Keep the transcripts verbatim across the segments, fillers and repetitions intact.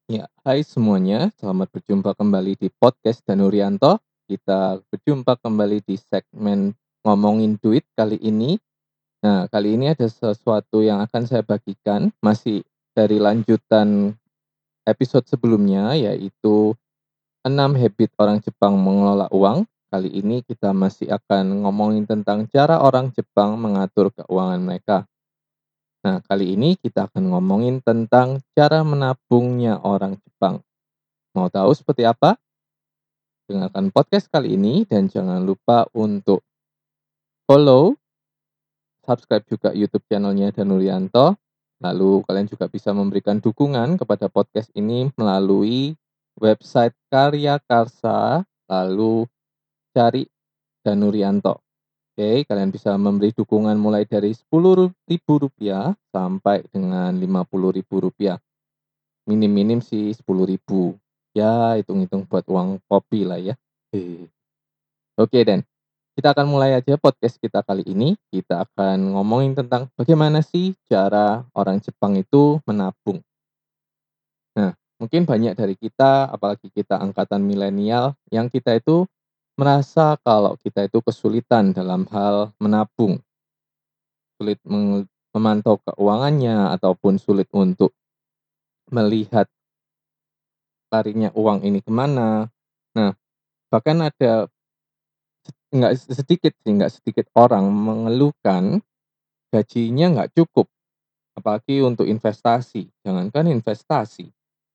Ya, hai semuanya. Selamat berjumpa kembali di podcast Danurianto. Kita berjumpa kembali di segmen ngomongin duit kali ini. Nah, kali ini ada sesuatu yang akan saya bagikan, masih dari lanjutan episode sebelumnya, yaitu enam habit orang Jepang mengelola uang. Kali ini kita masih akan ngomongin tentang cara orang Jepang mengatur keuangan mereka. Nah, kali ini kita akan ngomongin tentang cara menabungnya orang Jepang. Mau tahu seperti apa? Dengarkan podcast kali ini dan jangan lupa untuk follow, subscribe juga YouTube channelnya Danurianto. Lalu kalian juga bisa memberikan dukungan kepada podcast ini melalui website Karya Karsa, lalu cari Danurianto. Oke, kalian bisa memberi dukungan mulai dari sepuluh ribu rupiah sampai dengan lima puluh ribu rupiah. Minim-minim sih sepuluh ribu. Ya, hitung-hitung buat uang kopi lah ya. Hehe. Oke Den, kita akan mulai aja podcast kita kali ini. Kita akan ngomongin tentang bagaimana sih cara orang Jepang itu menabung. Nah, mungkin banyak dari kita, apalagi kita angkatan milenial, yang kita itu merasa kalau kita itu kesulitan dalam hal menabung, sulit meng- memantau keuangannya, ataupun sulit untuk melihat larinya uang ini kemana. Nah, bahkan ada nggak sedikit sih, nggak sedikit orang mengeluhkan gajinya nggak cukup. Apalagi untuk investasi, jangankan investasi,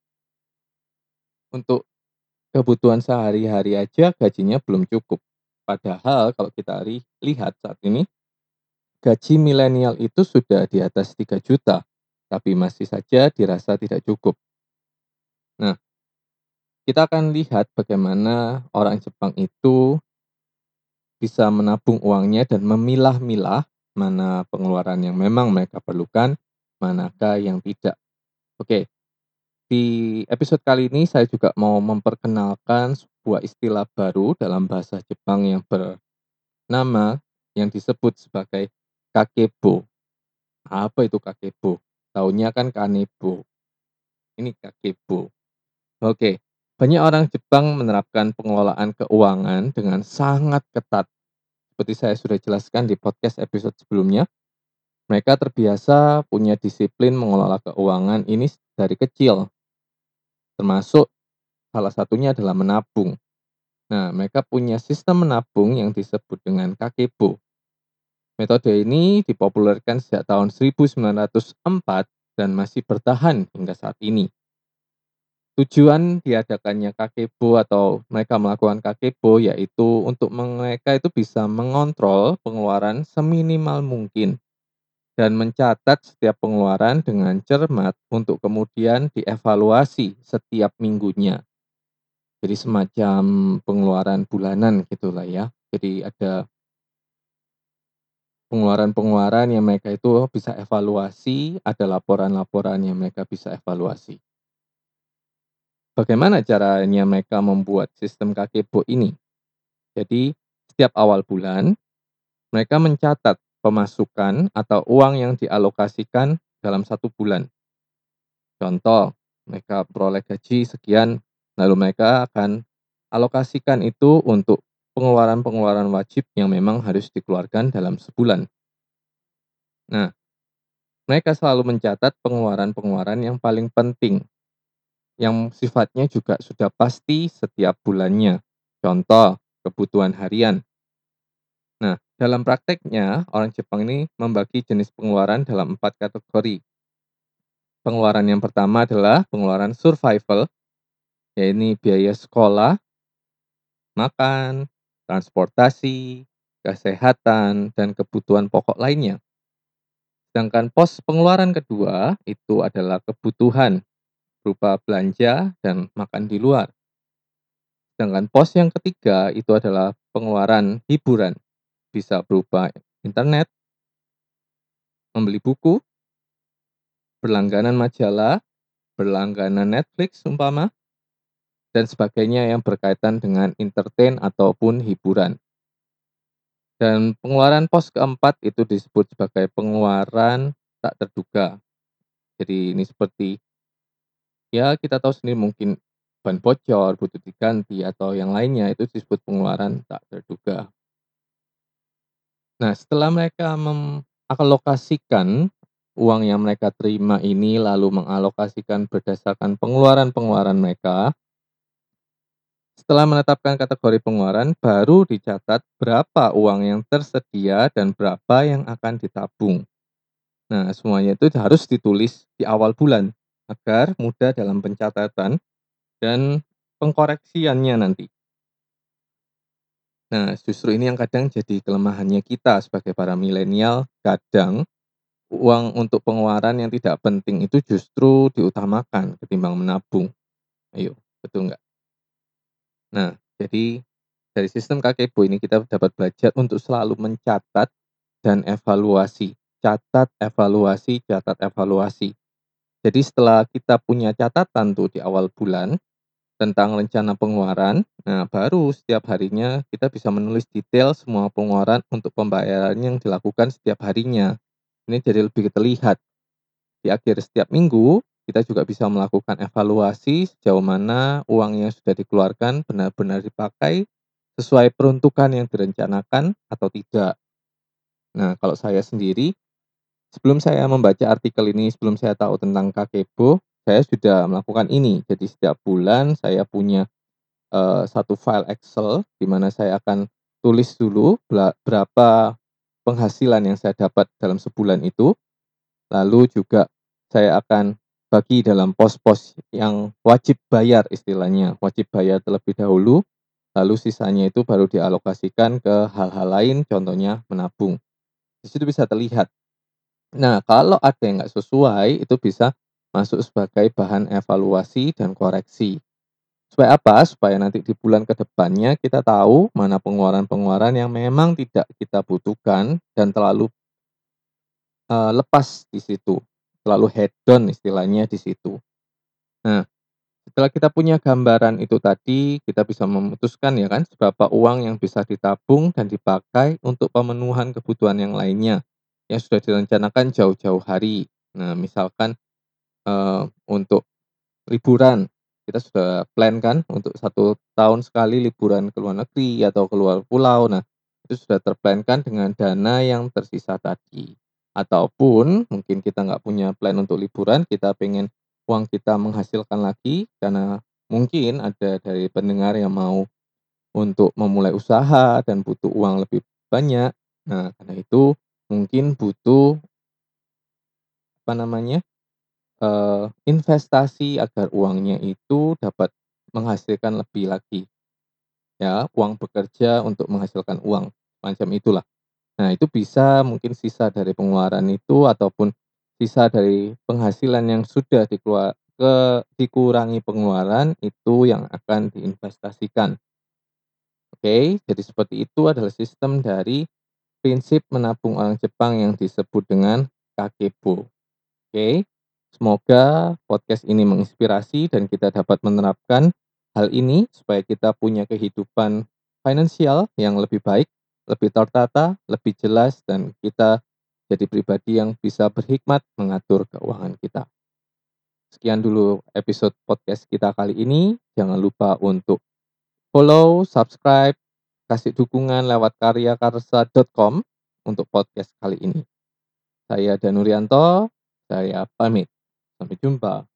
untuk kebutuhan sehari-hari aja gajinya belum cukup. Padahal kalau kita ri lihat saat ini, gaji milenial itu sudah di atas tiga juta, tapi masih saja dirasa tidak cukup. Nah, kita akan lihat bagaimana orang Jepang itu bisa menabung uangnya dan memilah-milah mana pengeluaran yang memang mereka perlukan, manakah yang tidak. Oke, di episode kali ini saya juga mau memperkenalkan sebuah istilah baru dalam bahasa Jepang yang bernama yang disebut sebagai kakebo. Apa itu kakebo? Taunya kan kanebo. Ini kakebo. Oke, banyak orang Jepang menerapkan pengelolaan keuangan dengan sangat ketat. Seperti saya sudah jelaskan di podcast episode sebelumnya, mereka terbiasa punya disiplin mengelola keuangan ini dari kecil, termasuk salah satunya adalah menabung. Nah, mereka punya sistem menabung yang disebut dengan kakebo. Metode ini dipopulerkan sejak tahun seribu sembilan ratus empat dan masih bertahan hingga saat ini. Tujuan diadakannya kakebo atau mereka melakukan kakebo yaitu untuk mereka itu bisa mengontrol pengeluaran seminimal mungkin dan mencatat setiap pengeluaran dengan cermat untuk kemudian dievaluasi setiap minggunya. Jadi semacam pengeluaran bulanan gitulah ya. Jadi ada pengeluaran-pengeluaran yang mereka itu bisa evaluasi, ada laporan-laporan yang mereka bisa evaluasi. Bagaimana caranya mereka membuat sistem kakebo ini? Jadi, setiap awal bulan, mereka mencatat pemasukan atau uang yang dialokasikan dalam satu bulan. Contoh, mereka peroleh gaji sekian, lalu mereka akan alokasikan itu untuk pengeluaran-pengeluaran wajib yang memang harus dikeluarkan dalam sebulan. Nah, mereka selalu mencatat pengeluaran-pengeluaran yang paling penting, yang sifatnya juga sudah pasti setiap bulannya. Contoh, kebutuhan harian. Nah, dalam prakteknya, orang Jepang ini membagi jenis pengeluaran dalam empat kategori. Pengeluaran yang pertama adalah pengeluaran survival, yaitu biaya sekolah, makan, transportasi, kesehatan, dan kebutuhan pokok lainnya. Sedangkan pos pengeluaran kedua itu adalah kebutuhan berupa belanja dan makan di luar. Sedangkan pos yang ketiga itu adalah pengeluaran hiburan, bisa berupa internet, membeli buku, berlangganan majalah, berlangganan Netflix umpama, dan sebagainya yang berkaitan dengan entertain ataupun hiburan. Dan pengeluaran pos keempat itu disebut sebagai pengeluaran tak terduga. Jadi ini seperti Ya kita tahu sendiri mungkin ban bocor, butuh diganti atau yang lainnya itu disebut pengeluaran tak terduga. Nah setelah mereka mengalokasikan uang yang mereka terima ini lalu mengalokasikan berdasarkan pengeluaran-pengeluaran mereka, setelah menetapkan kategori pengeluaran baru dicatat berapa uang yang tersedia dan berapa yang akan ditabung. Nah semuanya itu harus ditulis di awal bulan agar mudah dalam pencatatan dan pengkoreksiannya nanti. Nah, justru ini yang kadang jadi kelemahannya kita sebagai para milenial, kadang uang untuk pengeluaran yang tidak penting itu justru diutamakan ketimbang menabung. Ayo, betul nggak? Nah, jadi dari sistem Kakebo ini kita dapat belajar untuk selalu mencatat dan evaluasi. Catat, evaluasi, catat, evaluasi. Jadi setelah kita punya catatan tuh di awal bulan, tentang rencana pengeluaran. Nah, baru setiap harinya kita bisa menulis detail semua pengeluaran untuk pembayaran yang dilakukan setiap harinya. Ini jadi lebih terlihat. Di akhir setiap minggu, kita juga bisa melakukan evaluasi sejauh mana uang yang sudah dikeluarkan benar-benar dipakai sesuai peruntukan yang direncanakan atau tidak. Nah, kalau saya sendiri, sebelum saya membaca artikel ini, sebelum saya tahu tentang Kakebo, saya sudah melakukan ini. Jadi setiap bulan saya punya eee, satu file Excel di mana saya akan tulis dulu bela berapa penghasilan yang saya dapat dalam sebulan itu, lalu juga saya akan bagi dalam pos-pos yang wajib bayar istilahnya, wajib bayar terlebih dahulu, lalu sisanya itu baru dialokasikan ke hal-hal lain, contohnya menabung. Di situ bisa terlihat. Nah, kalau ada yang nggak sesuai, itu bisa masuk sebagai bahan evaluasi dan koreksi. Supaya apa? Supaya nanti di bulan ke depannya kita tahu mana pengeluaran-pengeluaran yang memang tidak kita butuhkan dan terlalu, eee, lepas di situ, terlalu hedon istilahnya di situ. Nah, setelah kita punya gambaran itu tadi, kita bisa memutuskan ya kan, berapa uang yang bisa ditabung dan dipakai untuk pemenuhan kebutuhan yang lainnya, yang sudah direncanakan jauh-jauh hari. Nah, misalkan, eee, untuk liburan, kita sudah plan kan untuk satu tahun sekali liburan ke luar negeri atau ke luar pulau. Nah, itu sudah ter-plan kan dengan dana yang tersisa tadi. Ataupun mungkin kita nggak punya plan untuk liburan, kita pengen uang kita menghasilkan lagi karena mungkin ada dari pendengar yang mau untuk memulai usaha dan butuh uang lebih banyak. Nah, karena itu mungkin butuh, apa namanya, Eee, investasi agar uangnya itu dapat menghasilkan lebih lagi, ya, uang bekerja untuk menghasilkan uang, macam itulah. Nah, itu bisa mungkin sisa dari pengeluaran itu ataupun sisa dari penghasilan yang sudah dikelua ke dikurangi pengeluaran itu yang akan diinvestasikan, oke? Jadi seperti itu adalah sistem dari prinsip menabung orang Jepang yang disebut dengan Kakebo. Oke, semoga podcast ini menginspirasi dan kita dapat menerapkan hal ini supaya kita punya kehidupan finansial yang lebih baik, lebih tertata, lebih jelas, dan kita jadi pribadi yang bisa berhikmat mengatur keuangan kita. Sekian dulu episode podcast kita kali ini. Jangan lupa untuk follow, subscribe, kasih dukungan lewat karyakarsa titik com untuk podcast kali ini. Saya Danurianto, saya pamit. Sampai jumpa.